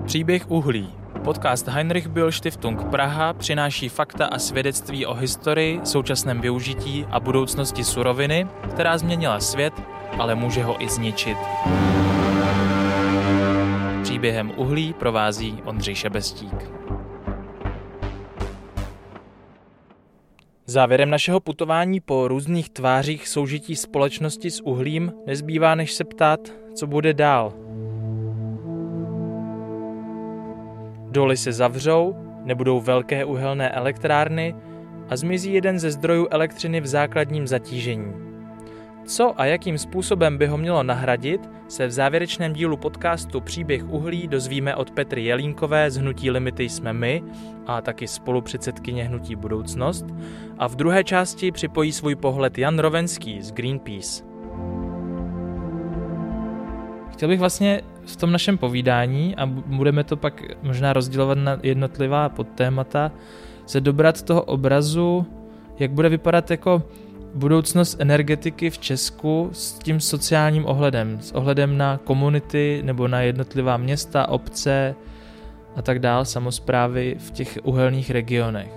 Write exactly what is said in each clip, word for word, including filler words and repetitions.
Příběh uhlí. Podcast Heinrich Böll Stiftung Praha přináší fakta a svědectví o historii, současném využití a budoucnosti suroviny, která změnila svět, ale může ho i zničit. Příběhem uhlí provází Ondřej Šebestík. Závěrem našeho putování po různých tvářích soužití společnosti s uhlím nezbývá než se ptát, co bude dál. Doly se zavřou, nebudou velké uhelné elektrárny a zmizí jeden ze zdrojů elektřiny v základním zatížení. Co a jakým způsobem by ho mělo nahradit, se v závěrečném dílu podcastu Příběh uhlí dozvíme od Petry Jelínkové z hnutí Limity jsme my a taky spolupředsedkyně hnutí Budoucnost, a v druhé části připojí svůj pohled Jan Rovenský z Greenpeace. Chtěl bych vlastně v tom našem povídání, a budeme to pak možná rozdělovat na jednotlivá podtémata, se dobrat toho obrazu, jak bude vypadat jako budoucnost energetiky v Česku s tím sociálním ohledem, s ohledem na komunity nebo na jednotlivá města, obce a tak dál, samosprávy v těch uhelných regionech.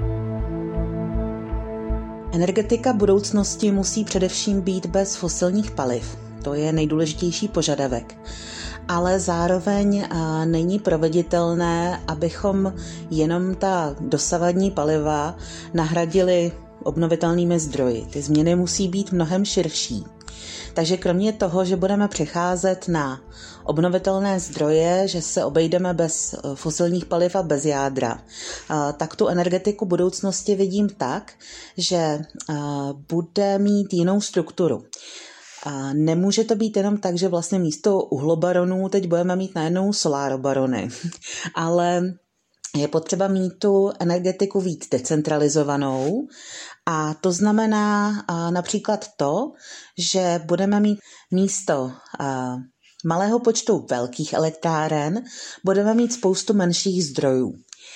Energetika budoucnosti musí především být bez fosilních paliv. To je nejdůležitější požadavek. Ale zároveň není proveditelné, abychom jenom ta dosavadní paliva nahradili obnovitelnými zdroji. Ty změny musí být mnohem širší. Takže kromě toho, že budeme přecházet na obnovitelné zdroje, že se obejdeme bez fosilních paliv a bez jádra, tak tu energetiku budoucnosti vidím tak, že bude mít jinou strukturu. A nemůže to být jenom tak, že vlastně místo uhlobaronů teď budeme mít najednou solárobarony, ale je potřeba mít tu energetiku víc decentralizovanou, a to znamená například to, že budeme mít místo malého počtu velkých elektráren, budeme mít spoustu menších zdrojů.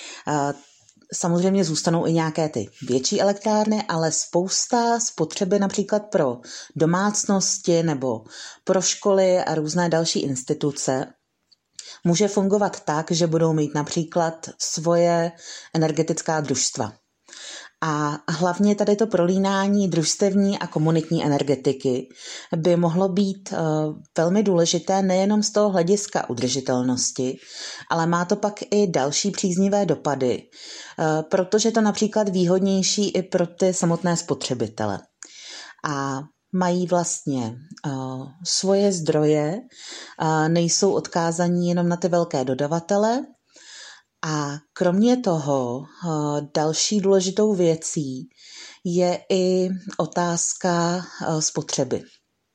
Samozřejmě zůstanou i nějaké ty větší elektrárny, ale spousta spotřeby například pro domácnosti nebo pro školy a různé další instituce může fungovat tak, že budou mít například svoje energetická družstva. A hlavně tady to prolínání družstevní a komunitní energetiky by mohlo být velmi důležité nejenom z toho hlediska udržitelnosti, ale má to pak i další příznivé dopady, protože to například výhodnější i pro ty samotné spotřebitele. A mají vlastně uh, svoje zdroje, uh, nejsou odkázaní jenom na ty velké dodavatele. A kromě toho uh, další důležitou věcí je i otázka uh, spotřeby.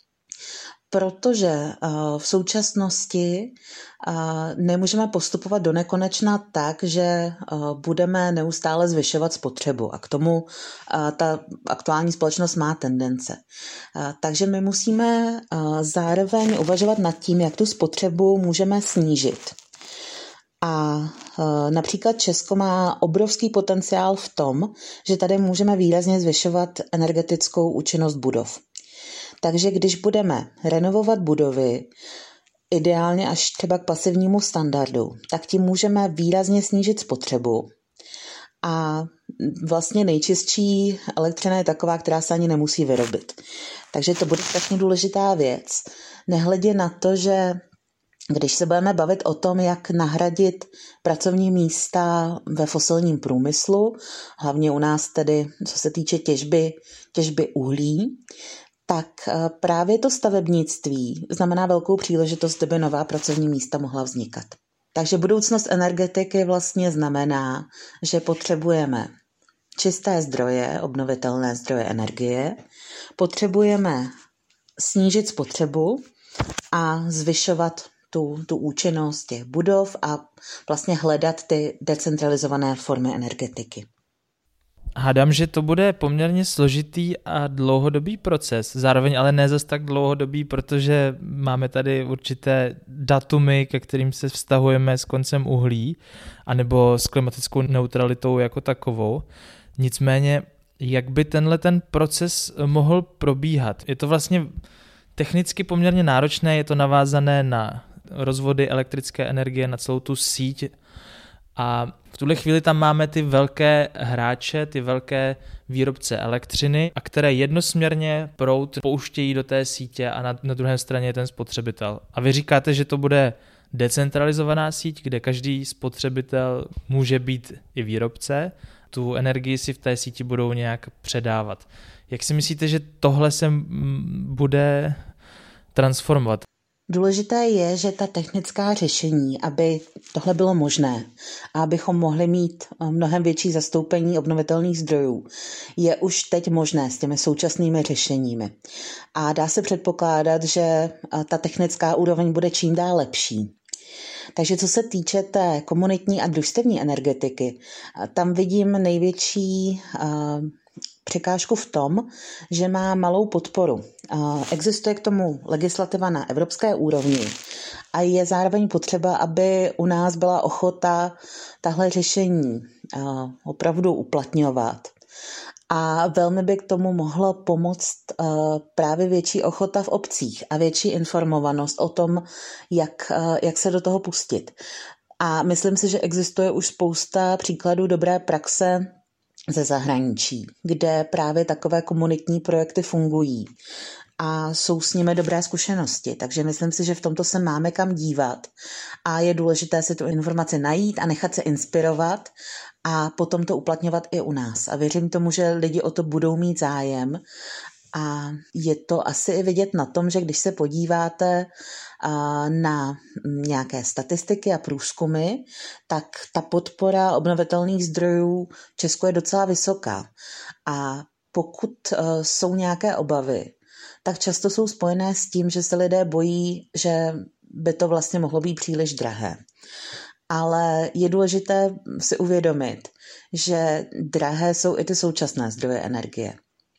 Protože uh, v současnosti uh, nemůžeme postupovat do nekonečna tak, že uh, budeme neustále zvyšovat spotřebu, a k tomu uh, ta aktuální společnost má tendence. Uh, takže my musíme uh, zároveň uvažovat nad tím, jak tu spotřebu můžeme snížit. A uh, například Česko má obrovský potenciál v tom, že tady můžeme výrazně zvyšovat energetickou účinnost budov. Takže když budeme renovovat budovy, ideálně až třeba k pasivnímu standardu, tak tím můžeme výrazně snížit spotřebu. A vlastně nejčistší elektřina je taková, která se ani nemusí vyrobit. Takže to bude strašně důležitá věc. Nehledě na to, že když se budeme bavit o tom, jak nahradit pracovní místa ve fosilním průmyslu, hlavně u nás tedy, co se týče těžby, těžby uhlí, tak právě to stavebnictví znamená velkou příležitost, kdyby nová pracovní místa mohla vznikat. Takže budoucnost energetiky vlastně znamená, že potřebujeme čisté zdroje, obnovitelné zdroje energie, potřebujeme snížit spotřebu a zvyšovat tu, tu účinnost těch budov a vlastně hledat ty decentralizované formy energetiky. Hádám, že to bude poměrně složitý a dlouhodobý proces, zároveň ale ne zas tak dlouhodobý, protože máme tady určité datumy, ke kterým se vztahujeme s koncem uhlí, anebo s klimatickou neutralitou jako takovou. Nicméně, jak by tenhle ten proces mohl probíhat? Je to vlastně technicky poměrně náročné, je to navázané na rozvody elektrické energie na celou tu síť. A v tuhle chvíli tam máme ty velké hráče, ty velké výrobce elektřiny, a které jednosměrně proud pouštějí do té sítě a na, na druhé straně je ten spotřebitel. A vy říkáte, že to bude decentralizovaná síť, kde každý spotřebitel může být i výrobce, tu energii si v té síti budou nějak předávat. Jak si myslíte, že tohle se bude transformovat? Důležité je, že ta technická řešení, aby tohle bylo možné a abychom mohli mít mnohem větší zastoupení obnovitelných zdrojů, je už teď možné s těmi současnými řešeními. A dá se předpokládat, že ta technická úroveň bude čím dál lepší. Takže co se týče té komunitní a družstevní energetiky, tam vidím největší překážku v tom, že má malou podporu. Existuje k tomu legislativa na evropské úrovni a je zároveň potřeba, aby u nás byla ochota tahle řešení opravdu uplatňovat. A velmi by k tomu mohlo pomoct právě větší ochota v obcích a větší informovanost o tom, jak, jak se do toho pustit. A myslím si, že existuje už spousta příkladů dobré praxe ze zahraničí, kde právě takové komunitní projekty fungují a jsou s nimi dobré zkušenosti. Takže myslím si, že v tomto se máme kam dívat a je důležité si tu informaci najít a nechat se inspirovat a potom to uplatňovat i u nás. A věřím tomu, že lidi o to budou mít zájem. A je to asi i vidět na tom, že když se podíváte na nějaké statistiky a průzkumy, tak ta podpora obnovitelných zdrojů v Česku je docela vysoká. A pokud jsou nějaké obavy, tak často jsou spojené s tím, že se lidé bojí, že by to vlastně mohlo být příliš drahé. Ale je důležité si uvědomit, že drahé jsou i ty současné zdroje energie.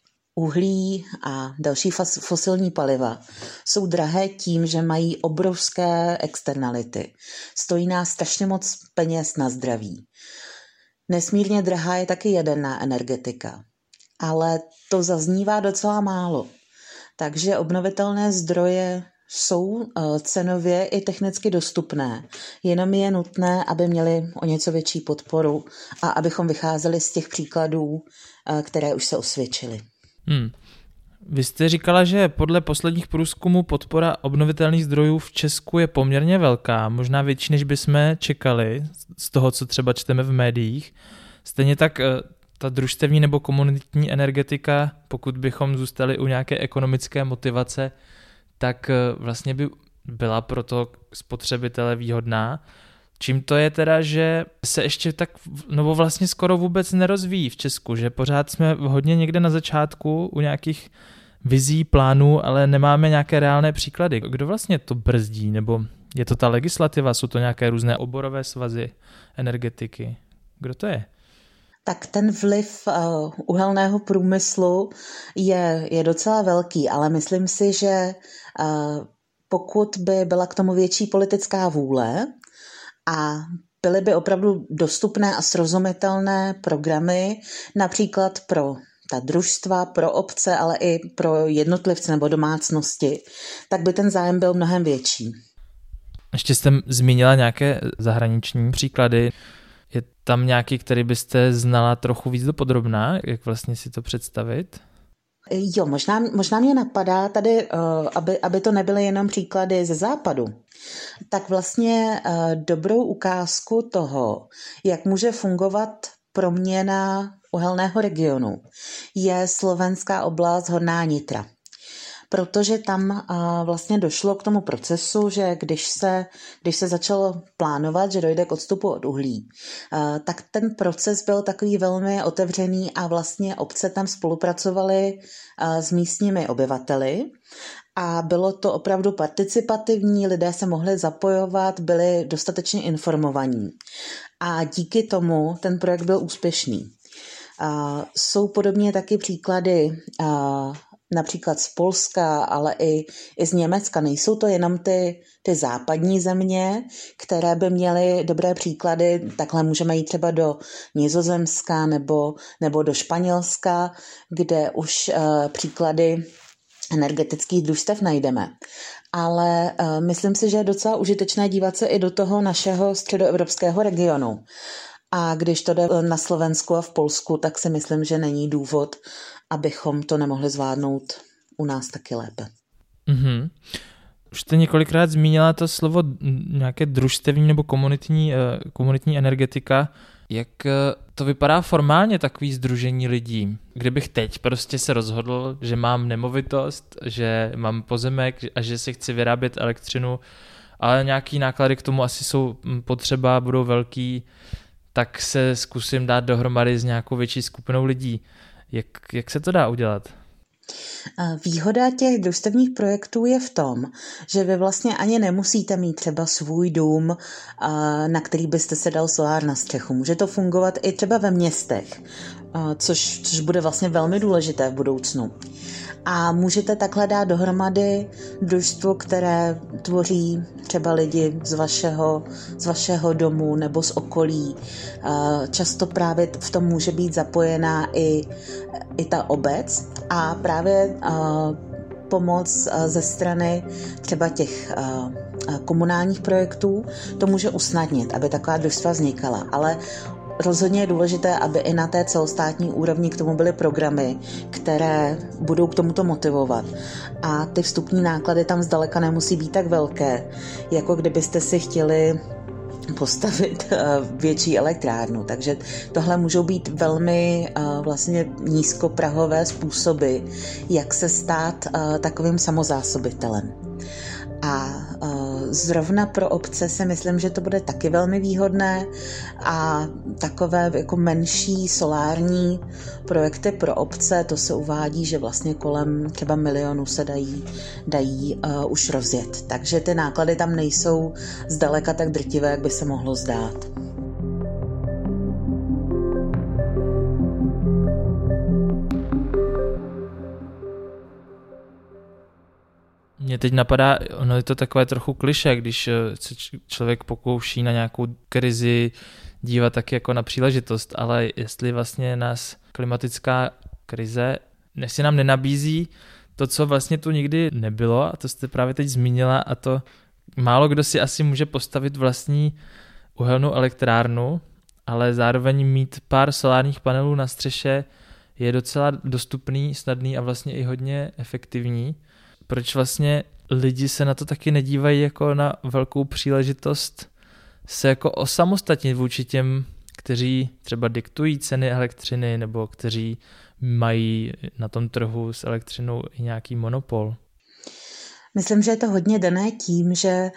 Uhlí a další fosilní paliva jsou drahé tím, že mají obrovské externality. Stojí nás strašně moc peněz na zdraví. Nesmírně drahá je taky jaderná energetika, ale to zaznívá docela málo. Takže obnovitelné zdroje jsou cenově i technicky dostupné, jenom je nutné, aby měli o něco větší podporu a abychom vycházeli z těch příkladů, které už se osvědčily. Hmm. Vy jste říkala, že podle posledních průzkumů podpora obnovitelných zdrojů v Česku je poměrně velká, možná větší, než bychom čekali z toho, co třeba čteme v médiích. Stejně tak ta družstevní nebo komunitní energetika, pokud bychom zůstali u nějaké ekonomické motivace, tak vlastně by byla pro to spotřebitele výhodná. Čím to je teda, že se ještě tak, nebo vlastně skoro vůbec nerozvíjí v Česku, že pořád jsme hodně někde na začátku u nějakých vizí, plánů, ale nemáme nějaké reálné příklady. Kdo vlastně to brzdí, nebo je to ta legislativa, jsou to nějaké různé oborové svazy energetiky? Kdo to je? Tak ten vliv uh, uhelného průmyslu je, je docela velký, ale myslím si, že uh, pokud by byla k tomu větší politická vůle a byly by opravdu dostupné a srozumitelné programy, například pro ta družstva, pro obce, ale i pro jednotlivce nebo domácnosti, tak by ten zájem byl mnohem větší. Ještě jste zmínila nějaké zahraniční příklady. Je tam nějaký, který byste znala trochu víc dopodrobná, jak vlastně si to představit? Jo, možná, možná mě napadá tady, aby, aby to nebyly jenom příklady ze západu, tak vlastně dobrou ukázku toho, jak může fungovat proměna uhelného regionu, je slovenská oblast Horná Nitra. Protože tam vlastně došlo k tomu procesu, že když se, když se začalo plánovat, že dojde k odstupu od uhlí, tak ten proces byl takový velmi otevřený a vlastně obce tam spolupracovaly s místními obyvateli a bylo to opravdu participativní, lidé se mohli zapojovat, byli dostatečně informovaní. A díky tomu ten projekt byl úspěšný. Jsou podobně taky příklady například z Polska, ale i, i z Německa. Nejsou to jenom ty, ty západní země, které by měly dobré příklady. Takhle můžeme jít třeba do Nizozemska nebo, nebo do Španělska, kde už uh, příklady energetických družstev najdeme. Ale uh, myslím si, že je docela užitečné dívat se i do toho našeho středoevropského regionu. A když to jde na Slovensku a v Polsku, tak si myslím, že není důvod, abychom to nemohli zvládnout u nás taky lépe. Mm-hmm. Už jste několikrát zmínila to slovo nějaké družstevní nebo komunitní, komunitní energetika. Jak to vypadá formálně, takový sdružení lidí? Kdybych teď prostě se rozhodl, že mám nemovitost, že mám pozemek a že si chci vyrábět elektřinu, ale nějaký náklady k tomu asi jsou potřeba, budou velký, tak se zkusím dát dohromady s nějakou větší skupinou lidí. Jak, jak se to dá udělat? Výhoda těch družstevních projektů je v tom, že vy vlastně ani nemusíte mít třeba svůj dům, na který byste se dal solár na střechu. Může to fungovat i třeba ve městech, což, což bude vlastně velmi důležité v budoucnu. A můžete takhle dát dohromady družstvo, které tvoří třeba lidi z vašeho, z vašeho domu nebo z okolí. Často právě v tom může být zapojená i, i ta obec a právě pomoc ze strany třeba těch komunálních projektů to může usnadnit, aby taková družstva vznikala. Ale rozhodně je důležité, aby i na té celostátní úrovni k tomu byly programy, které budou k tomuto motivovat. A ty vstupní náklady tam zdaleka nemusí být tak velké, jako kdybyste si chtěli postavit větší elektrárnu. Takže tohle můžou být velmi vlastně nízkoprahové způsoby, jak se stát takovým samozásobitelem. A uh, zrovna pro obce si myslím, že to bude taky velmi výhodné a takové jako menší solární projekty pro obce, to se uvádí, že vlastně kolem třeba milionu se dají, dají uh, už rozjet. Takže ty náklady tam nejsou zdaleka tak drtivé, jak by se mohlo zdát. Mně teď napadá, ono je to takové trochu klišé, když se člověk pokouší na nějakou krizi dívat taky jako na příležitost, ale jestli vlastně nás klimatická krize, jestli nám nenabízí to, co vlastně tu nikdy nebylo, a to jste právě teď zmínila, a to málo kdo si asi může postavit vlastní uhelnou elektrárnu, ale zároveň mít pár solárních panelů na střeše je docela dostupný, snadný a vlastně i hodně efektivní. Proč vlastně lidi se na to taky nedívají jako na velkou příležitost se jako osamostatnit vůči těm, kteří třeba diktují ceny elektřiny nebo kteří mají na tom trhu s elektřinou i nějaký monopol? Myslím, že je to hodně dané tím, že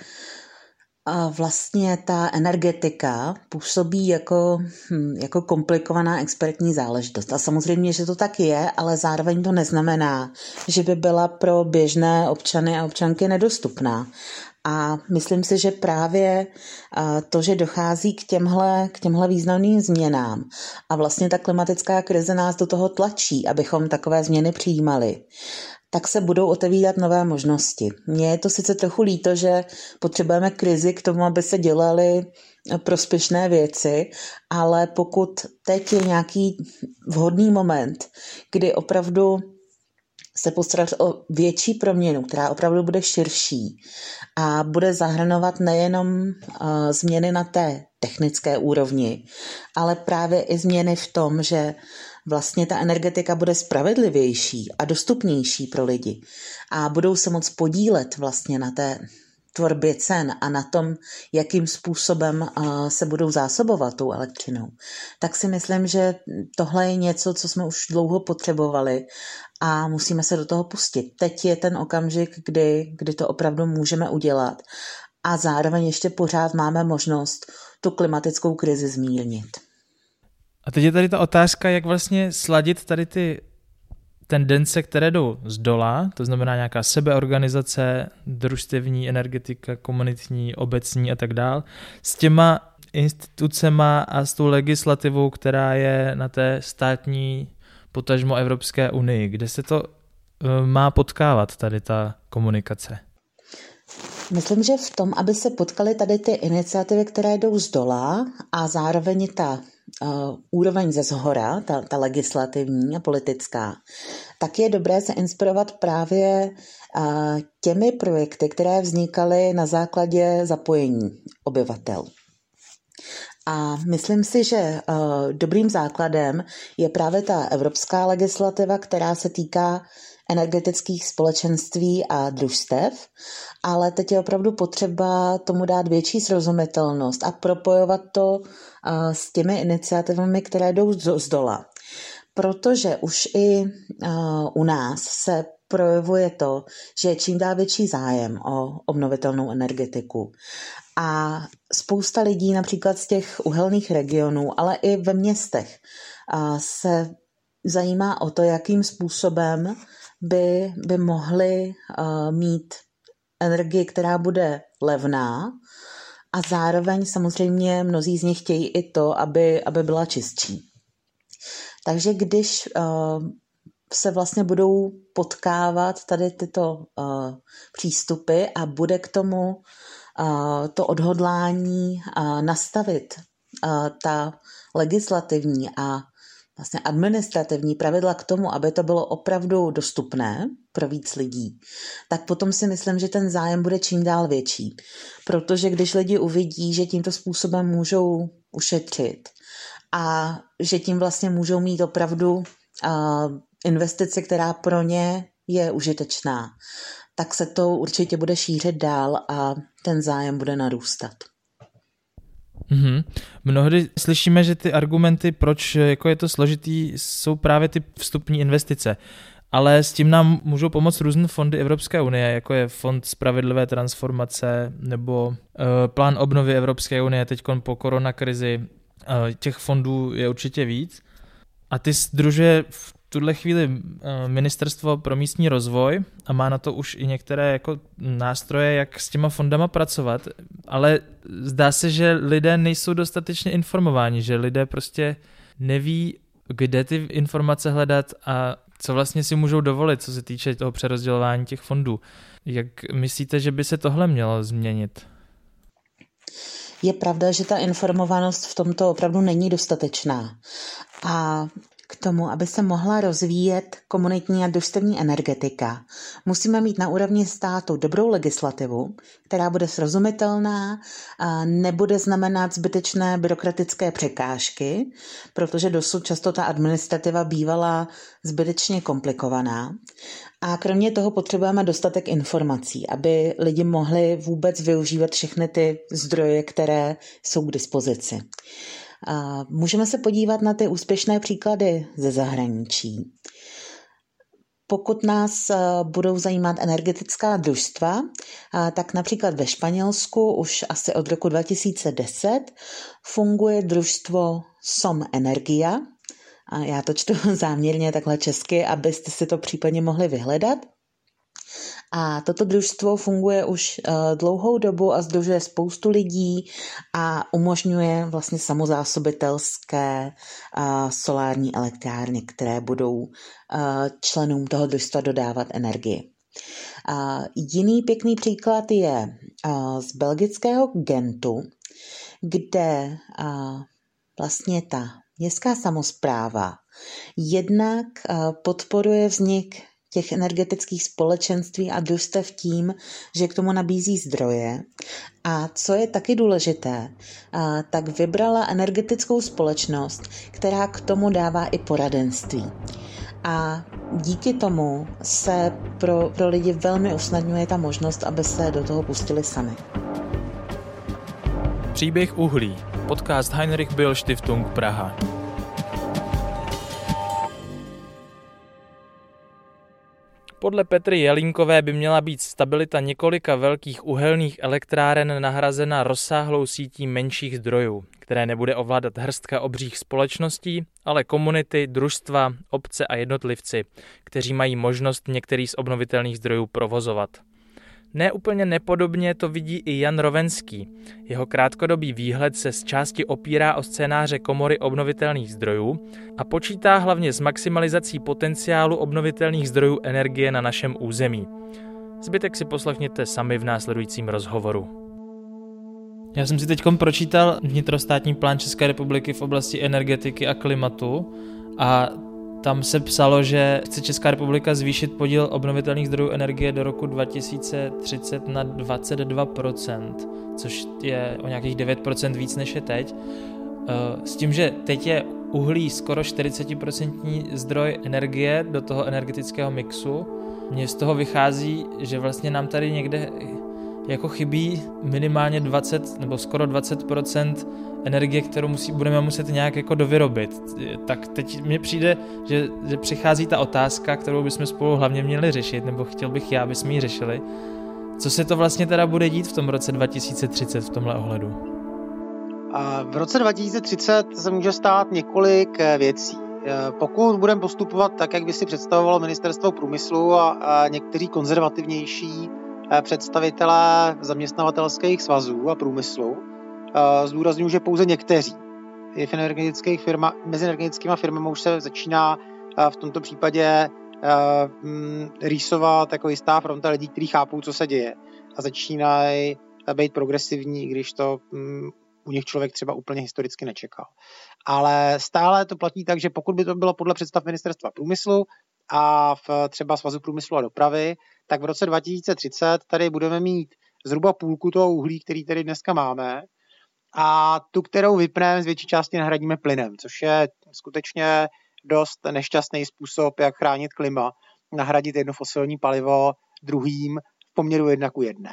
vlastně ta energetika působí jako, jako komplikovaná expertní záležitost. A samozřejmě, že to tak je, ale zároveň to neznamená, že by byla pro běžné občany a občanky nedostupná. A myslím si, že právě to, že dochází k těmhle, k těmhle významným změnám a vlastně ta klimatická krize nás do toho tlačí, abychom takové změny přijímali, tak se budou otevírat nové možnosti. Mně je to sice trochu líto, že potřebujeme krizi k tomu, aby se dělaly prospěšné věci, ale pokud teď je nějaký vhodný moment, kdy opravdu se postarat o větší proměnu, která opravdu bude širší a bude zahrnovat nejenom uh, změny na té technické úrovni, ale právě i změny v tom, že vlastně ta energetika bude spravedlivější a dostupnější pro lidi a budou se moc podílet vlastně na té tvorbě cen a na tom, jakým způsobem uh, se budou zásobovat tou elektřinou, tak si myslím, že tohle je něco, co jsme už dlouho potřebovali a musíme se do toho pustit. Teď je ten okamžik, kdy, kdy to opravdu můžeme udělat a zároveň ještě pořád máme možnost tu klimatickou krizi zmírnit. A teď je tady ta otázka, jak vlastně sladit tady ty tendence, které jdou z dola, to znamená nějaká sebeorganizace, družstevní energetika, komunitní, obecní a tak dál, s těma institucema a s tou legislativou, která je na té státní, potažmo Evropské unii, kde se to má potkávat, tady ta komunikace. Myslím, že v tom, aby se potkaly tady ty iniciativy, které jdou z dola a zároveň ta uh, úroveň ze zhora, ta, ta legislativní a politická, tak je dobré se inspirovat právě uh, těmi projekty, které vznikaly na základě zapojení obyvatel. A myslím si, že uh, dobrým základem je právě ta evropská legislativa, která se týká energetických společenství a družstev, ale teď je opravdu potřeba tomu dát větší srozumitelnost a propojovat to uh, s těmi iniciativami, které jdou z, z dola. Protože už i uh, u nás se projevuje to, že je čím dál větší zájem o obnovitelnou energetiku. A spousta lidí například z těch uhelných regionů, ale i ve městech uh, se zajímá o to, jakým způsobem by, by mohli uh, mít energii, která bude levná, a zároveň samozřejmě mnozí z nich chtějí i to, aby, aby byla čistší. Takže když uh, se vlastně budou potkávat tady tyto uh, přístupy a bude k tomu uh, to odhodlání uh, nastavit uh, ta legislativní a vlastně administrativní pravidla k tomu, aby to bylo opravdu dostupné pro víc lidí, tak potom si myslím, že ten zájem bude čím dál větší. Protože když lidi uvidí, že tímto způsobem můžou ušetřit a že tím vlastně můžou mít opravdu uh, investici, která pro ně je užitečná, tak se to určitě bude šířit dál a ten zájem bude narůstat. Mm-hmm. Mnohdy slyšíme, že ty argumenty, proč jako je to složitý, jsou právě ty vstupní investice. Ale s tím nám můžou pomoct různé fondy Evropské unie, jako je Fond spravedlivé transformace nebo uh, Plán obnovy Evropské unie teď po koronakrizi. Uh, těch fondů je určitě víc. A ty sdružuje v tuhle chvíli uh, Ministerstvo pro místní rozvoj a má na to už i některé jako nástroje, jak s těma fondama pracovat. Ale zdá se, že lidé nejsou dostatečně informováni, že lidé prostě neví, kde ty informace hledat a co vlastně si můžou dovolit, co se týče toho přerozdělování těch fondů. Jak myslíte, že by se tohle mělo změnit? Je pravda, že ta informovanost v tomto opravdu není dostatečná. A k tomu, aby se mohla rozvíjet komunitní a družstevní energetika, musíme mít na úrovni státu dobrou legislativu, která bude srozumitelná, a nebude znamenat zbytečné byrokratické překážky, protože dosud často ta administrativa bývala zbytečně komplikovaná. A kromě toho potřebujeme dostatek informací, aby lidi mohli vůbec využívat všechny ty zdroje, které jsou k dispozici. A můžeme se podívat na ty úspěšné příklady ze zahraničí. Pokud nás budou zajímat energetická družstva, tak například ve Španělsku už asi od roku dva tisíce deset funguje družstvo Som Energia. A já to čtu záměrně takhle česky, abyste si to případně mohli vyhledat. A toto družstvo funguje už uh, dlouhou dobu a sdružuje spoustu lidí a umožňuje vlastně samozásobitelské uh, solární elektrárny, které budou uh, členům toho družstva dodávat energii. Uh, jiný pěkný příklad je uh, z belgického Gentu, kde uh, vlastně ta městská samospráva jednak uh, podporuje vznik těch energetických společenství a družstev tím, že k tomu nabízí zdroje. A co je taky důležité, tak vybrala energetickou společnost, která k tomu dává i poradenství. A díky tomu se pro, pro lidi velmi usnadňuje ta možnost, aby se do toho pustili sami. Příběh uhlí. Podcast Heinrich Böll Stiftung Praha. Podle Petry Jelínkové by měla být stabilita několika velkých uhelných elektráren nahrazena rozsáhlou sítí menších zdrojů, které nebude ovládat hrstka obřích společností, ale komunity, družstva, obce a jednotlivci, kteří mají možnost některý z obnovitelných zdrojů provozovat. Ne úplně nepodobně to vidí i Jan Rovenský. Jeho krátkodobý výhled se z části opírá o scénáře Komory obnovitelných zdrojů a počítá hlavně s maximalizací potenciálu obnovitelných zdrojů energie na našem území. Zbytek si poslechněte sami v následujícím rozhovoru. Já jsem si teď pročítal vnitrostátní plán České republiky v oblasti energetiky a klimatu a tam se psalo, že chce Česká republika zvýšit podíl obnovitelných zdrojů energie do roku dva tisíce třicet na dvacet dva procent, což je o nějakých devět procent víc než je teď. S tím, že teď je uhlí skoro čtyřicet procent zdroj energie do toho energetického mixu, mně z toho vychází, že vlastně nám tady někde jako chybí minimálně dvacet nebo skoro dvacet procent energie, kterou musí, budeme muset nějak jako dovyrobit. Tak teď mně přijde, že, že přichází ta otázka, kterou bychom spolu hlavně měli řešit, nebo chtěl bych já, aby jsme ji řešili. Co se to vlastně teda bude dít v tom roce dva tisíce třicet v tomhle ohledu? A v roce dva tisíce třicet se může stát několik věcí. Pokud budeme postupovat tak, jak by si představovalo Ministerstvo průmyslu a, a někteří konzervativnější představitelé zaměstnavatelských svazů a průmyslu, zdůrazňuji, že pouze někteří. I v energetických firma, mezi energetickými firmami už se začíná v tomto případě rýsovat jako jistá fronta lidí, kteří chápou, co se děje a začínají být progresivní, když to u nich člověk třeba úplně historicky nečekal. Ale stále to platí tak, že pokud by to bylo podle představ Ministerstva průmyslu a v třeba Svazu průmyslu a dopravy, tak v roce dva tisíce třicet tady budeme mít zhruba půlku toho uhlí, který tady dneska máme, a tu, kterou vypneme, z větší části nahradíme plynem, což je skutečně dost nešťastný způsob, jak chránit klima, nahradit jedno fosilní palivo druhým v poměru jedna ku jedné.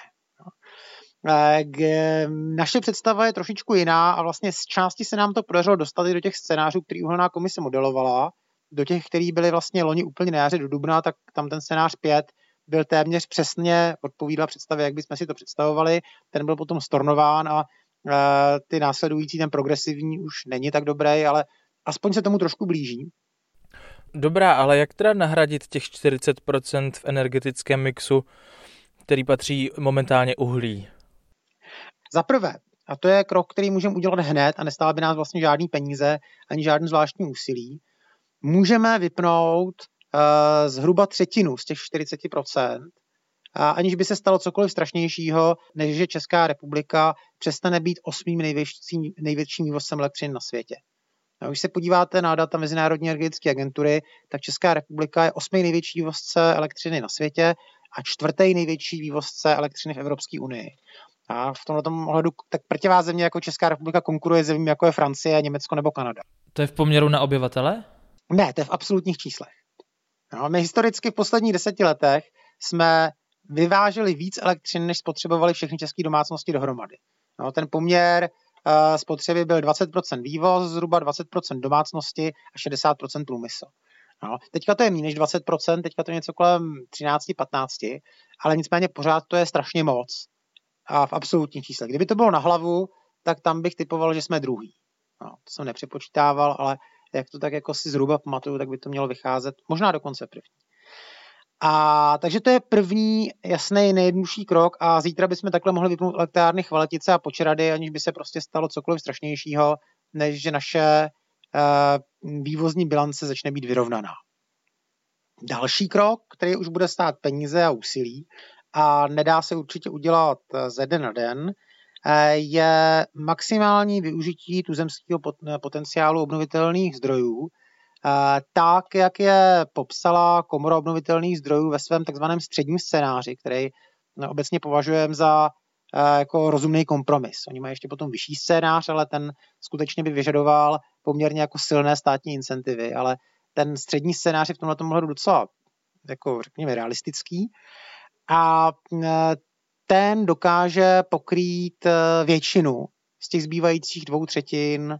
Naše představa je trošičku jiná a vlastně z části se nám to podařilo dostat i do těch scénářů, který uhelná komise modelovala, do těch, který byly vlastně loni úplně na jaře do dubna, tak tam ten scénář pět byl téměř přesně odpovídal představě, jak bychom si to představovali. Ten byl potom stornován a e, ty následující, ten progresivní už není tak dobrý, ale aspoň se tomu trošku blíží. Dobrá, ale jak teda nahradit těch čtyřicet procent v energetickém mixu, který patří momentálně uhlí? Za prvé, a to je krok, který můžeme udělat hned a nestále by nás vlastně žádný peníze ani žádný zvláštní úsilí, můžeme vypnout uh, zhruba třetinu z těch čtyřicet procent, a aniž by se stalo cokoliv strašnějšího, než že Česká republika přestane být osmým největším, největším vývozcem elektřiny na světě. No, když se podíváte na data Mezinárodní energetické agentury, tak Česká republika je osmý největší vývozce elektřiny na světě a čtvrtý největší vývozce elektřiny v Evropské unii. A v tomto ohledu tak prťavá země jako Česká republika konkuruje zemím, jako je Francie, Německo nebo Kanada. To je v poměru na obyvatele? Ne, to je v absolutních číslech. No, my historicky v posledních deseti letech jsme vyváželi víc elektřiny, než spotřebovali všechny české domácnosti dohromady. No, ten poměr uh, spotřeby byl dvacet procent vývoz, zhruba dvacet procent domácnosti a šedesát procent průmysl. No, teďka to je méně než dvacet procent, teďka to je něco kolem třináct patnáct, ale nicméně pořád to je strašně moc. A v absolutních číslech. Kdyby to bylo na hlavu, tak tam bych typoval, že jsme druhý. No, to jsem nepřepočítával, ale jak to tak jako si zhruba pamatuju, tak by to mělo vycházet možná dokonce první. A takže to je první jasný nejjednodušší krok a zítra bychom takhle mohli vypnout elektrárny Chvaletice a Počerady, aniž by se prostě stalo cokoliv strašnějšího, než že naše uh, vývozní bilance začne být vyrovnaná. Další krok, který už bude stát peníze a úsilí, a nedá se určitě udělat ze den na den, je maximální využití tuzemského potenciálu obnovitelných zdrojů, tak, jak je popsala Komora obnovitelných zdrojů ve svém takzvaném středním scénáři, který obecně považujeme za jako rozumný kompromis. Oni mají ještě potom vyšší scénář, ale ten skutečně by vyžadoval poměrně jako silné státní incentivy, ale ten střední scénář je v tomhle ohledu docela jako řekněme realistický. A ten dokáže pokrýt většinu z těch zbývajících dvou třetin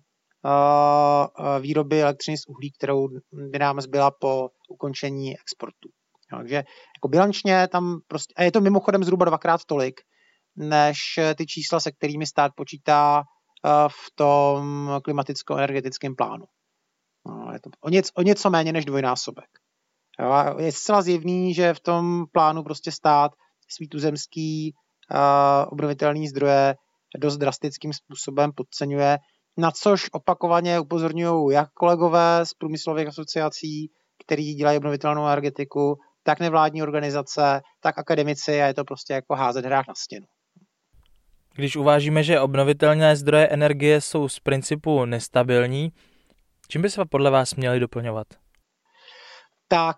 výroby elektřiny z uhlí, kterou by nám zbyla po ukončení exportu. Takže jako bilančně tam prostě, a je to mimochodem zhruba dvakrát tolik, než ty čísla, se kterými stát počítá v tom klimaticko-energetickém plánu. Je to o něco, o něco méně než dvojnásobek. Je zcela zjevný, že v tom plánu prostě stát svý tuzemský uh, obnovitelný zdroje dost drastickým způsobem podceňuje, na což opakovaně upozorňují jak kolegové z průmyslových asociací, který dělají obnovitelnou energetiku, tak nevládní organizace, tak akademici a je to prostě jako házet hrách na stěnu. Když uvážíme, že obnovitelné zdroje energie jsou z principu nestabilní, čím by se podle vás měly doplňovat? Tak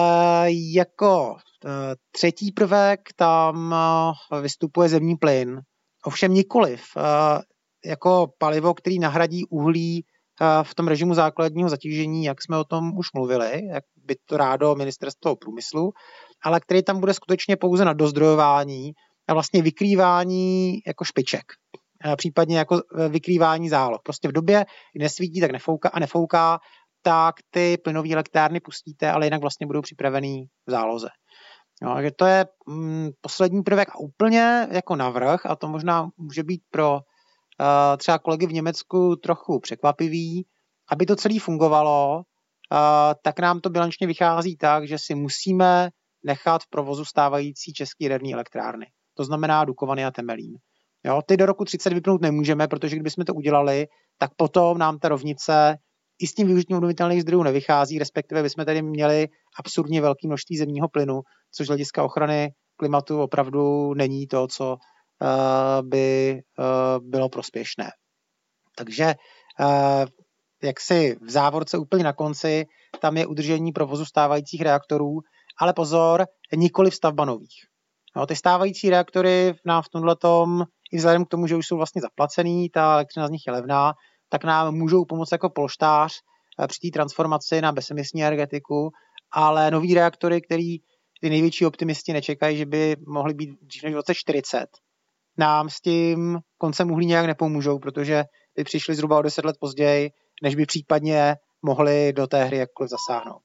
jako třetí prvek tam vystupuje zemní plyn. Ovšem nikoliv jako palivo, který nahradí uhlí v tom režimu základního zatížení, jak jsme o tom už mluvili, jak by to rádo ministerstvo průmyslu, ale který tam bude skutečně pouze na dozdrojování a vlastně vykrývání jako špiček, případně jako vykrývání záloh. Prostě v době, kdy nesvítí, tak nefouká a nefouká, tak ty plynové elektrárny pustíte, ale jinak vlastně budou připravený v záloze. No, že to je mm, poslední prvek a úplně jako navrch, a to možná může být pro uh, třeba kolegy v Německu trochu překvapivý, aby to celé fungovalo, uh, tak nám to bilančně vychází tak, že si musíme nechat v provozu stávající české jaderné elektrárny. To znamená Dukovany a Temelín. Jo, ty do roku třicet vypnout nemůžeme, protože kdybychom to udělali, tak potom nám ta rovnice i s tím využitím obnovitelných zdrojů nevychází, respektive bychom tady měli absurdně velké množství zemního plynu, což z hlediska ochrany klimatu opravdu není to, co uh, by uh, bylo prospěšné. Takže uh, jak si v závorce úplně na konci, tam je udržení provozu stávajících reaktorů, ale pozor, nikoli stavba nových. No, ty stávající reaktory nám v tomhletom, i vzhledem k tomu, že už jsou vlastně zaplacený, ta elektřina z nich je levná, tak nám můžou pomoct jako polštář při té transformaci na bezemisní energetiku, ale nový reaktory, který ty největší optimisti nečekají, že by mohly být dřív než v roce čtyřicet, nám s tím koncem uhlí nějak nepomůžou, protože by přišli zhruba o deset let později, než by případně mohli do té hry jakkoliv zasáhnout.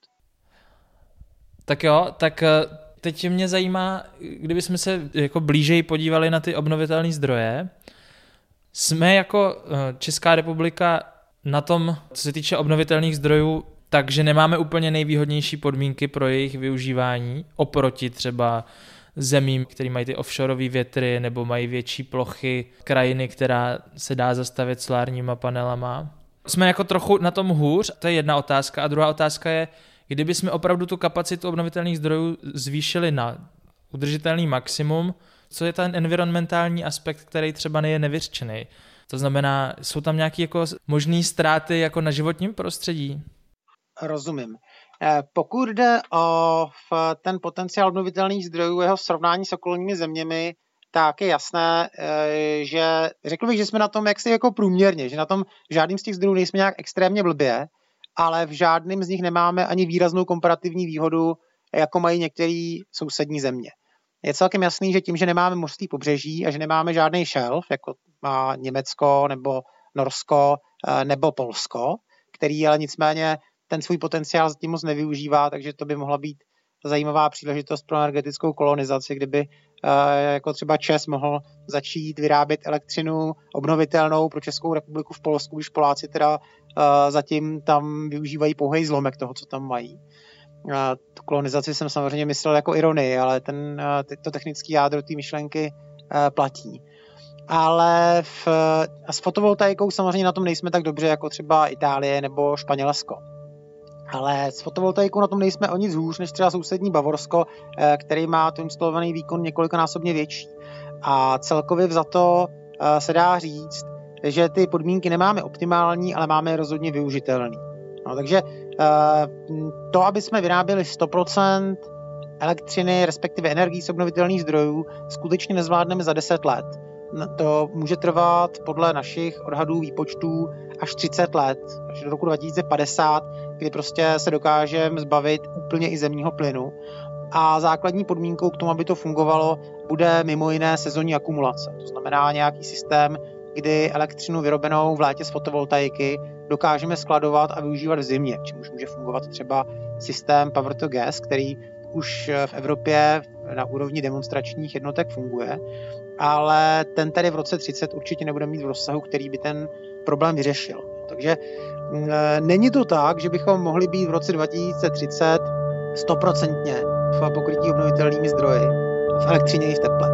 Tak jo, tak teď mě zajímá, kdybychom se jako blížeji podívali na ty obnovitelné zdroje. Jsme jako Česká republika na tom, co se týče obnovitelných zdrojů, takže nemáme úplně nejvýhodnější podmínky pro jejich využívání oproti třeba zemím, které mají ty offshoreové větry nebo mají větší plochy, krajiny, která se dá zastavit solárníma panelama. Jsme jako trochu na tom hůř, to je jedna otázka. A druhá otázka je, kdyby jsme opravdu tu kapacitu obnovitelných zdrojů zvýšili na udržitelný maximum, co je ten environmentální aspekt, který třeba je nevyřčený. To znamená, jsou tam nějaké jako možné ztráty jako na životním prostředí? Rozumím. Pokud jde o ten potenciál obnovitelných zdrojů, jeho srovnání s okolními zeměmi, tak je jasné, že řekl bych, že jsme na tom jaksi jako průměrně, že na tom žádným z těch zdrojů nejsme nějak extrémně blbě, ale v žádným z nich nemáme ani výraznou komparativní výhodu, jako mají některé sousední země. Je celkem jasný, že tím, že nemáme mořský pobřeží a že nemáme žádný šelf, jako má Německo nebo Norsko nebo Polsko, který ale nicméně ten svůj potenciál zatím moc nevyužívá, takže to by mohla být zajímavá příležitost pro energetickou kolonizaci, kdyby jako třeba ČEZ mohl začít vyrábět elektřinu obnovitelnou pro Českou republiku v Polsku, když Poláci teda zatím tam využívají pouhej zlomek toho, co tam mají. Tu kolonizaci jsem samozřejmě myslel jako ironii, ale ten, to technické jádro té myšlenky platí. Ale v, a s fotovoltaikou samozřejmě na tom nejsme tak dobře jako třeba Itálie nebo Španělsko. Ale s fotovoltaikou na tom nejsme o nic hůř než třeba sousední Bavorsko, který má tu instalovaný výkon několikanásobně větší. A celkově vzato se dá říct, že ty podmínky nemáme optimální, ale máme je rozhodně využitelný. No, takže to, aby jsme vyráběli sto procent elektřiny, respektive energií z obnovitelných zdrojů, skutečně nezvládneme za deset let. To může trvat podle našich odhadů výpočtů až třicet let, až do roku dva tisíce padesát, kdy prostě se dokážeme zbavit úplně i zemního plynu. A základní podmínkou k tomu, aby to fungovalo, bude mimo jiné sezonní akumulace. To znamená nějaký systém, kdy elektřinu vyrobenou v létě z fotovoltaiky dokážeme skladovat a využívat v zimě, čímž může fungovat třeba systém Power to Gas, který už v Evropě na úrovni demonstračních jednotek funguje, ale ten tedy v roce třicet určitě nebude mít v rozsahu, který by ten problém vyřešil. Takže není to tak, že bychom mohli být v roce dva tisíce třicet stoprocentně v pokrytí obnovitelnými zdroji, v elektřině i v teple.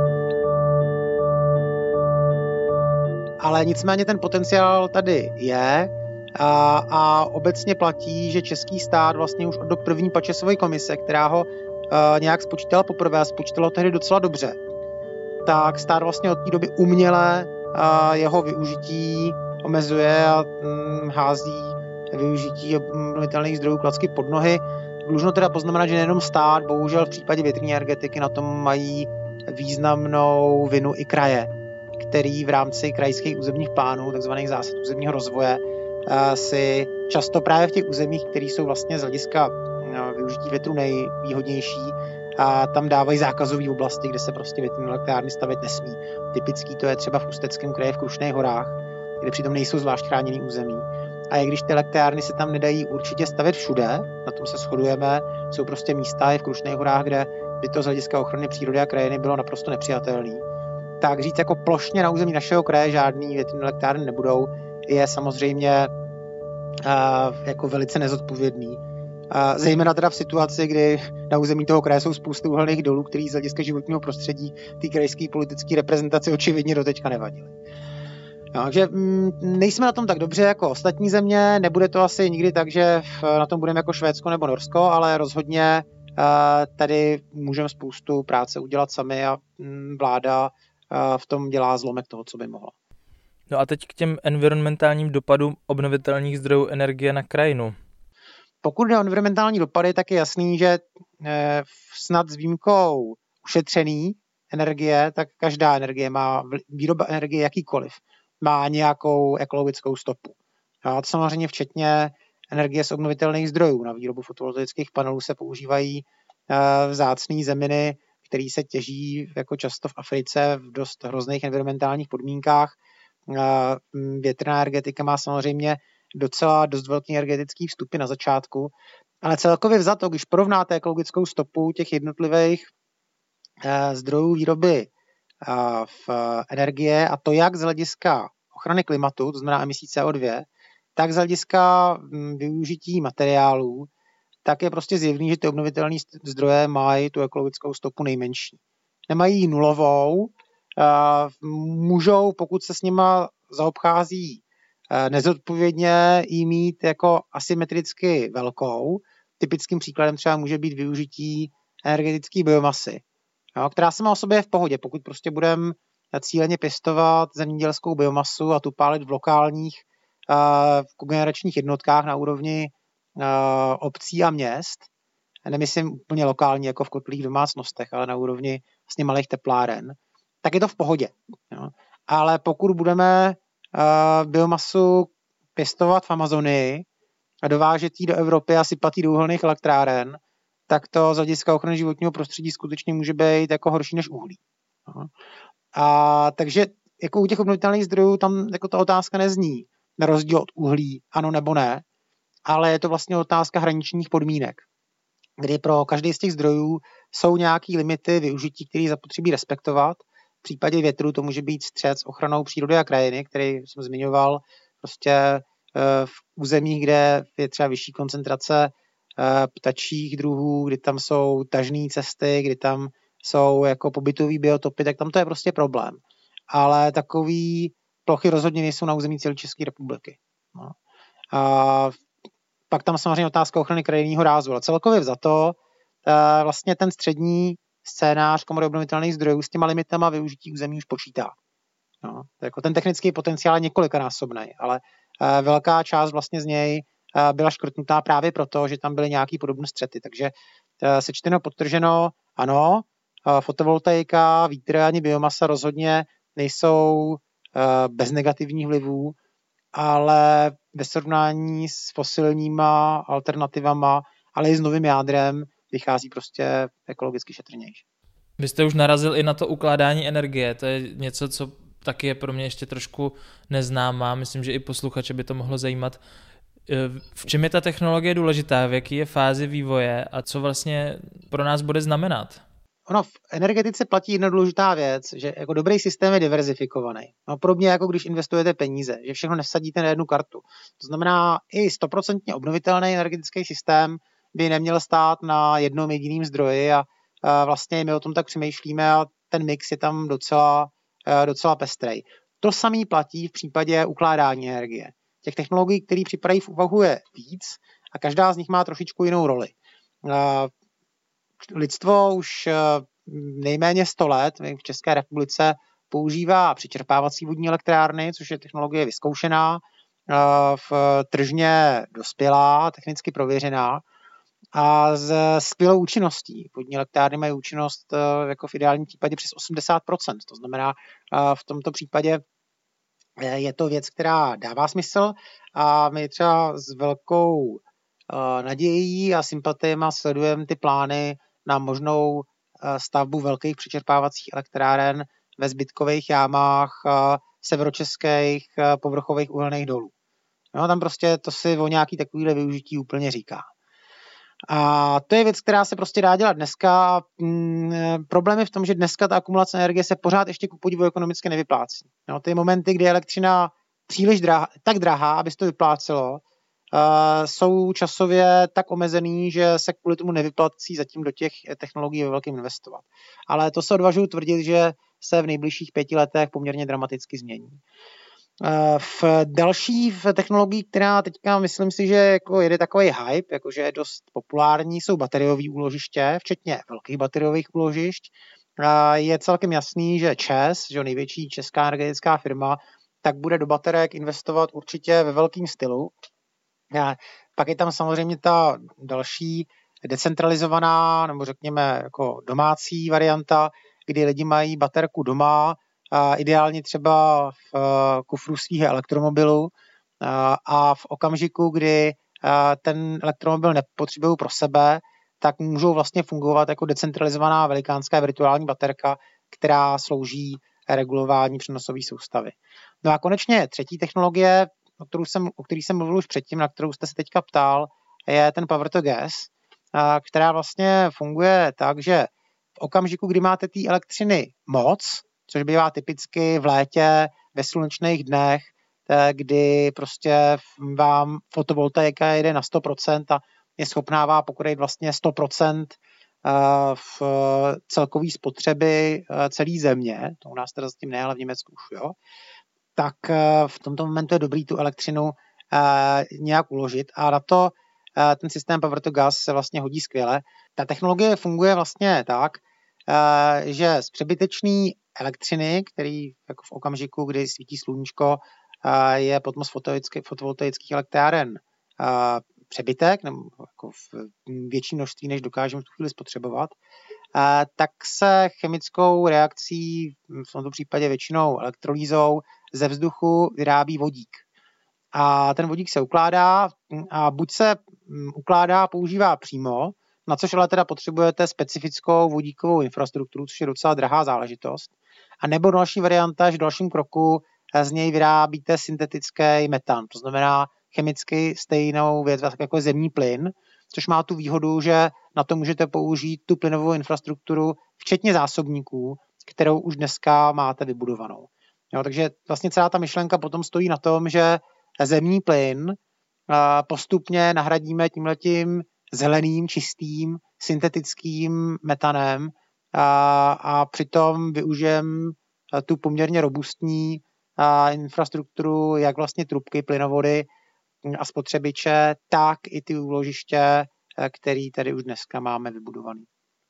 Ale nicméně ten potenciál tady je a, a obecně platí, že český stát vlastně už od do první Pačesovy komise, která ho uh, nějak spočítala poprvé a spočítala tehdy docela dobře, tak stát vlastně od té doby uměle jeho využití omezuje a hází využití obnovitelných zdrojů klacky pod nohy. Dlužno teda poznamenat, že nejenom stát, bohužel v případě větrné energetiky na tom mají významnou vinu i kraje, který v rámci krajských územních plánů, takzvaných zásad územního rozvoje, si často právě v těch územích, které jsou vlastně z hlediska využití větru nejvýhodnější, a tam dávají zákazové oblasti, kde se prostě větrné elektrárny stavět nesmí. Typický to je třeba v Ústeckém kraji v Krušných horách, kde přitom nejsou zvlášť chráněný území. A i když ty elektrárny se tam nedají určitě stavět všude, na tom se shodujeme, jsou prostě místa i v Krušných horách, kde by to z hlediska ochrany přírody a krajiny bylo naprosto nepřijatelné. Tak říct jako plošně na území našeho kraje žádný větrné elektrárny nebudou, je samozřejmě uh, jako velice nezodpovědný. Uh, zejména teda v situaci, kdy na území toho kraje jsou spousty uhelných dolů, který z hlediska životního prostředí té krajské politické reprezentaci očividně doteďka nevadily. No, takže mm, nejsme na tom tak dobře jako ostatní země, nebude to asi nikdy tak, že na tom budeme jako Švédsko nebo Norsko, ale rozhodně uh, tady můžeme spoustu práce udělat sami a mm, vláda uh, v tom dělá zlomek toho, co by mohla. No a teď k těm environmentálním dopadům obnovitelných zdrojů energie na krajinu. Pokud jde o environmentální dopady, tak je jasný, že eh, snad s výjimkou ušetřený energie, tak každá energie má, výroba energie jakýkoliv, má nějakou ekologickou stopu. A to samozřejmě včetně energie z obnovitelných zdrojů. Na výrobu fotovoltaických panelů se používají eh, vzácné zeminy, které se těží jako často v Africe v dost hrozných environmentálních podmínkách. Eh, větrná energetika má samozřejmě docela dost velký energetický vstupy na začátku, ale celkově vzato, když porovnáte ekologickou stopu těch jednotlivých eh, zdrojů výroby eh, v eh, energie, a to jak z hlediska ochrany klimatu, to znamená emisí C O dva, tak z hlediska hm, využití materiálů, tak je prostě zjevný, že ty obnovitelné zdroje mají tu ekologickou stopu nejmenší. Nemají ji nulovou, eh, můžou, pokud se s nima zaobchází nezodpovědně jí mít jako asymetricky velkou. Typickým příkladem třeba může být využití energetické biomasy, jo, která sama o sobě je v pohodě. Pokud prostě budeme cíleně pěstovat zemědělskou biomasu a tu pálit v lokálních uh, kogeneračních jednotkách na úrovni uh, obcí a měst, nemyslím úplně lokální jako v kotlých domácnostech, ale na úrovni vlastně malých tepláren, tak je to v pohodě. Jo. Ale pokud budeme Uh, biomasu pěstovat v Amazonii a dovážet ji do Evropy a sypat ji do uhelných elektráren, tak to z hlediska ochrany životního prostředí skutečně může být jako horší než uhlí. No. A takže jako u těch obnovitelných zdrojů tam jako ta otázka nezní na rozdíl od uhlí, ano nebo ne, ale je to vlastně otázka hraničních podmínek, kdy pro každý z těch zdrojů jsou nějaký limity využití, které zapotřebí respektovat. V případě větru to může být střet s ochranou přírody a krajiny, který jsem zmiňoval, prostě v územích, kde je třeba vyšší koncentrace ptačích druhů, kdy tam jsou tažné cesty, kdy tam jsou jako pobytový biotopy, tak tam to je prostě problém. Ale takový plochy rozhodně nejsou na území celé České republiky. No. A pak tam samozřejmě otázka ochrany krajinného rázu, ale celkově vzato vlastně ten střední scénář Komory obnovitelných zdrojů s těma limitama využití území už počítá. No, jako ten technický potenciál je několikanásobný, ale uh, velká část vlastně z něj uh, byla škrtnutá právě proto, že tam byly nějaký podobné střety. Takže uh, sečteno, podtrženo, ano, uh, fotovoltaika, vítr ani biomasa rozhodně nejsou uh, bez negativních vlivů, ale ve srovnání s fosilníma alternativama, ale i s novým jádrem, vychází prostě ekologicky šetrnější. Vy jste už narazil i na to ukládání energie, to je něco, co taky je pro mě ještě trošku neznámá, myslím, že i posluchače by to mohlo zajímat. V čem je ta technologie důležitá, v jaký je fázi vývoje a co vlastně pro nás bude znamenat? Ono v energetice platí jedna důležitá věc, že jako dobrý systém je diverzifikovaný. No, podobně jako když investujete peníze, že všechno nesadíte na jednu kartu. To znamená, i stoprocentně obnovitelný energetický systém by neměl stát na jednom jediném zdroji a, a vlastně my o tom tak přemýšlíme a ten mix je tam docela, docela pestrej. To samé platí v případě ukládání energie. Těch technologií, které připadají v úvahu, je víc a každá z nich má trošičku jinou roli. Lidstvo už nejméně sto let v České republice používá přičerpávací vodní elektrárny, což je technologie vyzkoušená, v tržně dospělá, technicky prověřená a s skvělou účinností. Vodní elektrárny mají účinnost jako v ideálním případě přes osmdesát procent. To znamená, v tomto případě je to věc, která dává smysl a my třeba s velkou nadějí a sympatiema sledujeme ty plány na možnou stavbu velkých přičerpávacích elektráren ve zbytkových jámách severočeských povrchových uhelných dolů. No, tam prostě to si o nějaký takovýhle využití úplně říká. A to je věc, která se prostě dá dělat dneska. Problém je v tom, že dneska ta akumulace energie se pořád ještě ku podivu ekonomicky nevyplácí. No, ty momenty, kdy je elektřina příliš drahá, tak drahá, aby se to vyplácelo, uh, jsou časově tak omezený, že se kvůli tomu nevyplatí zatím do těch technologií ve velkém investovat. Ale to se odvažuji tvrdit, že se v nejbližších pěti letech poměrně dramaticky změní. V další v technologii, která teďka myslím si, že jako jede takový hype, jakože je dost populární, jsou bateriové úložiště, včetně velkých bateriových úložišť. Je celkem jasný, že ČEZ, že největší česká energetická firma, tak bude do baterek investovat určitě ve velkém stylu. Pak je tam samozřejmě ta další decentralizovaná, nebo řekněme jako domácí varianta, kdy lidi mají baterku doma, ideálně třeba v kufru svého elektromobilu a v okamžiku, kdy ten elektromobil nepotřebují pro sebe, tak můžou vlastně fungovat jako decentralizovaná velikánská virtuální baterka, která slouží regulování přenosové soustavy. No a konečně třetí technologie, o, kterou jsem, o který jsem mluvil už předtím, na kterou jste se teďka ptal, je ten Power to Gas, která vlastně funguje tak, že v okamžiku, kdy máte té elektřiny moc, což bývá typicky v létě, ve slunečných dnech, kdy prostě vám fotovoltaika jede na sto procent a je schopná vám pokrýt vlastně sto procent v celkové spotřeby celé země, to u nás teda zatím ne, ale v Německu už, jo, tak v tomto momentu je dobrý tu elektřinu nějak uložit a na to ten systém Power to Gas se vlastně hodí skvěle. Ta technologie funguje vlastně tak, že z přebytečné elektřiny, který jako v okamžiku, kdy svítí sluníčko, je potom z fotovoltaických elektráren přebytek, nebo jako v větší množství, než dokážeme v tu chvíli spotřebovat, tak se chemickou reakcí, v tomto případě většinou elektrolýzou, ze vzduchu vyrábí vodík. A ten vodík se ukládá a buď se ukládá a používá přímo, na což ale teda potřebujete specifickou vodíkovou infrastrukturu, což je docela drahá záležitost. A nebo další varianta, že v dalším kroku z něj vyrábíte syntetický metan, to znamená chemicky stejnou věc jako zemní plyn, což má tu výhodu, že na to můžete použít tu plynovou infrastrukturu, včetně zásobníků, kterou už dneska máte vybudovanou. Jo, takže vlastně celá ta myšlenka potom stojí na tom, že zemní plyn postupně nahradíme tímhletím zeleným, čistým, syntetickým metanem a, a přitom využijeme tu poměrně robustní infrastrukturu, jak vlastně trubky, plynovody a spotřebiče, tak i ty úložiště, který tady už dneska máme vybudovaný.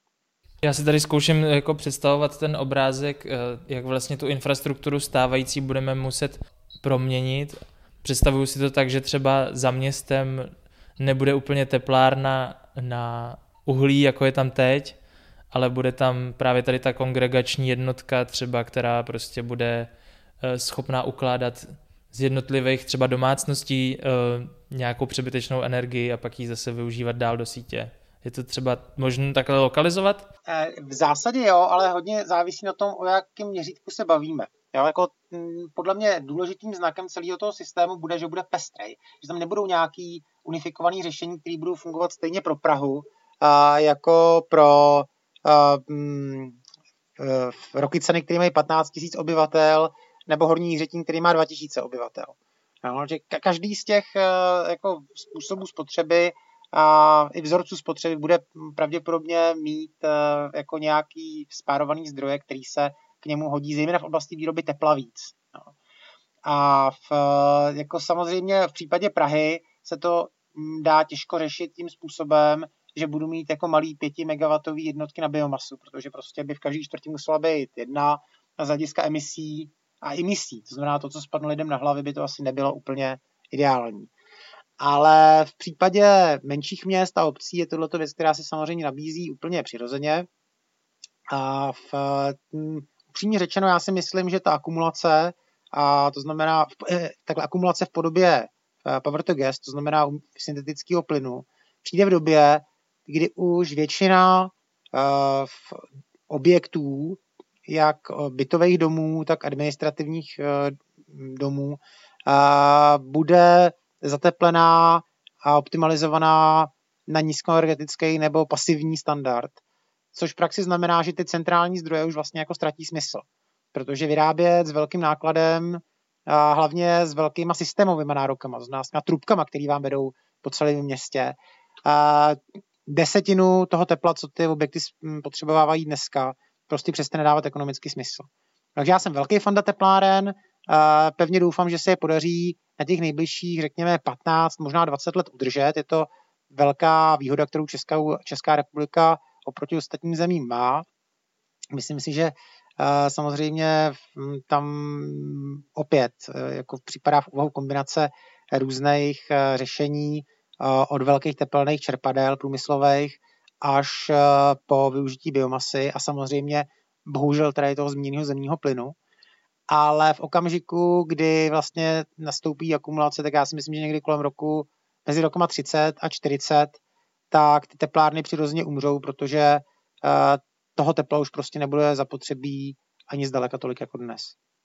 Já si tady zkouším jako představovat ten obrázek, jak vlastně tu infrastrukturu stávající budeme muset proměnit. Představuju si to tak, že třeba za městem nebude úplně teplárna na uhlí, jako je tam teď, ale bude tam právě tady ta kongregační jednotka třeba, která prostě bude schopná ukládat z jednotlivých třeba domácností nějakou přebytečnou energii a pak ji zase využívat dál do sítě. Je to třeba možné takhle lokalizovat? V zásadě jo, ale hodně závisí na tom, o jakém měřítku se bavíme. Jo, jako, podle mě důležitým znakem celého toho systému bude, že bude pestrej. Že tam nebudou nějaký unifikovaný řešení, které budou fungovat stejně pro Prahu, a jako pro a, m, Rokycany, který mají patnáct tisíc obyvatel, nebo Horní Jiřetín, který má dva tisíce obyvatel. Jo, že každý z těch jako, způsobů spotřeby a i vzorců spotřeby bude pravděpodobně mít jako nějaký spárovaný zdroje, který se k němu hodí, zejména v oblasti výroby tepla víc. No. A v, jako samozřejmě v případě Prahy se to dá těžko řešit tím způsobem, že budu mít jako malý pěti megawattový jednotky na biomasu, protože prostě by v každý čtvrtí musela být jedna a z hlediska emisí a emisí. To znamená, to, co spadne lidem na hlavy, by to asi nebylo úplně ideální. Ale v případě menších měst a obcí je tohleto věc, která se samozřejmě nabízí úplně přirozeně. A v, upřímně řečeno, já si myslím, že ta akumulace, a to znamená takhle akumulace v podobě power to gas, to znamená syntetického plynu, přijde v době, kdy už většina uh, objektů, jak bytových domů, tak administrativních uh, domů, uh, bude zateplená a optimalizovaná na nízkoenergetický nebo pasivní standard, což v praxi znamená, že ty centrální zdroje už vlastně jako ztratí smysl, protože vyrábět s velkým nákladem a hlavně s velkýma systémovými nárokama, to znamená s trubkama, které vám vedou po celém městě, a desetinu toho tepla, co ty objekty potřebovávají dneska, prostě přestane dávat ekonomický smysl. Takže já jsem velký fanda tepláren, a pevně doufám, že se je podaří na těch nejbližších, řekněme, patnáct, možná dvacet let udržet. Je to velká výhoda, kterou Česká, Česká republika oproti ostatním zemím má. Myslím si, že samozřejmě tam opět jako připadá v úvahu kombinace různých řešení od velkých tepelných čerpadel průmyslových až po využití biomasy a samozřejmě bohužel tady toho zmíněného zemního plynu. Ale v okamžiku, kdy vlastně nastoupí akumulace, tak já si myslím, že někdy kolem roku, mezi rokama třicet a čtyřicet, tak ty teplárny přirozeně umřou, protože toho tepla už prostě nebude zapotřebí ani zdaleka tolik jako dnes.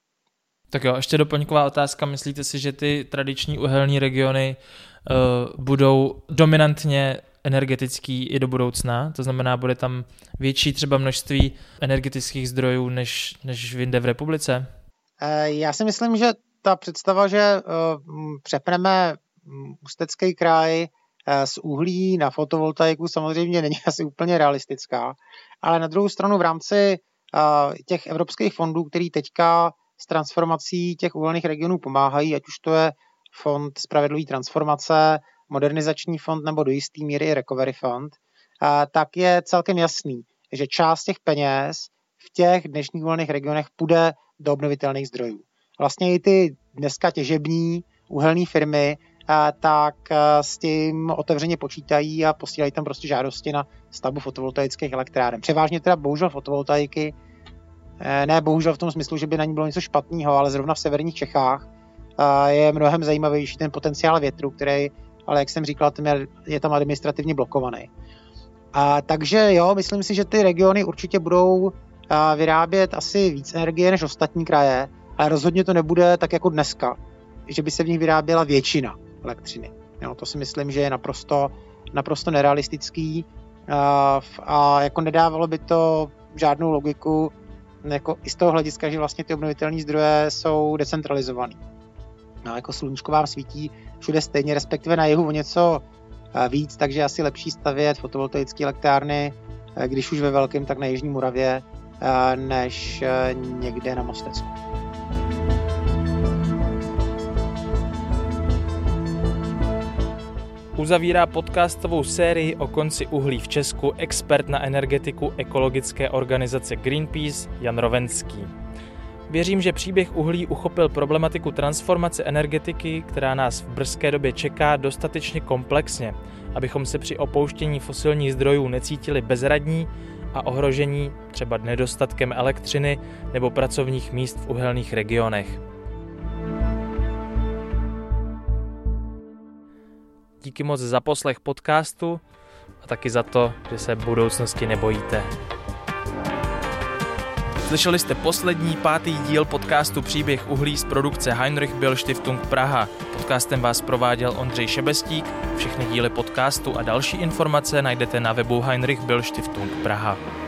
Tak jo, ještě doplňková otázka. Myslíte si, že ty tradiční uhelné regiony uh, budou dominantně energetický i do budoucna? To znamená, bude tam větší třeba množství energetických zdrojů než, než v jinde v republice? Já si myslím, že ta představa, že uh, přepneme Ústecký kraj z uhlí na fotovoltaiku samozřejmě není asi úplně realistická, ale na druhou stranu v rámci uh, těch evropských fondů, který teďka s transformací těch uhelných regionů pomáhají, ať už to je fond spravedlivé transformace, modernizační fond nebo do jisté míry i recovery fond, uh, tak je celkem jasný, že část těch peněz v těch dnešních uhelných regionech půjde do obnovitelných zdrojů. Vlastně i ty dneska těžební uhelné firmy tak s tím otevřeně počítají a posílají tam prostě žádosti na stavbu fotovoltaických elektráren. Převážně teda bohužel fotovoltaiky, ne bohužel v tom smyslu, že by na ní bylo něco špatného, ale zrovna v severních Čechách je mnohem zajímavější ten potenciál větru, který, ale jak jsem říkal, je tam administrativně blokovaný. A takže jo, myslím si, že ty regiony určitě budou vyrábět asi víc energie než ostatní kraje, ale rozhodně to nebude tak jako dneska, že by se v nich vyráběla většina elektřiny. Jo, to si myslím, že je naprosto, naprosto nerealistický a, a jako nedávalo by to žádnou logiku jako i z toho hlediska, že vlastně ty obnovitelné zdroje jsou decentralizované. No, jako sluníčko vám svítí všude stejně, respektive na jihu o něco víc, takže asi lepší stavět fotovoltaické elektrárny, když už ve velkém, tak na Jižní Moravě, než někde na Mostecku. Uzavírá podcastovou sérii o konci uhlí v Česku expert na energetiku ekologické organizace Greenpeace Jan Rovenský. Věřím, že příběh uhlí uchopil problematiku transformace energetiky, která nás v brzké době čeká, dostatečně komplexně, abychom se při opouštění fosilních zdrojů necítili bezradní a ohrožení třeba nedostatkem elektřiny nebo pracovních míst v uhelných regionech. Díky moc za poslech podcastu a taky za to, že se budoucnosti nebojíte. Slyšeli jste poslední, pátý díl podcastu Příběh uhlí z produkce Heinrich Böll Stiftung Praha. Podcastem vás prováděl Ondřej Šebestík. Všechny díly podcastu a další informace najdete na webu Heinrich Böll Stiftung Praha.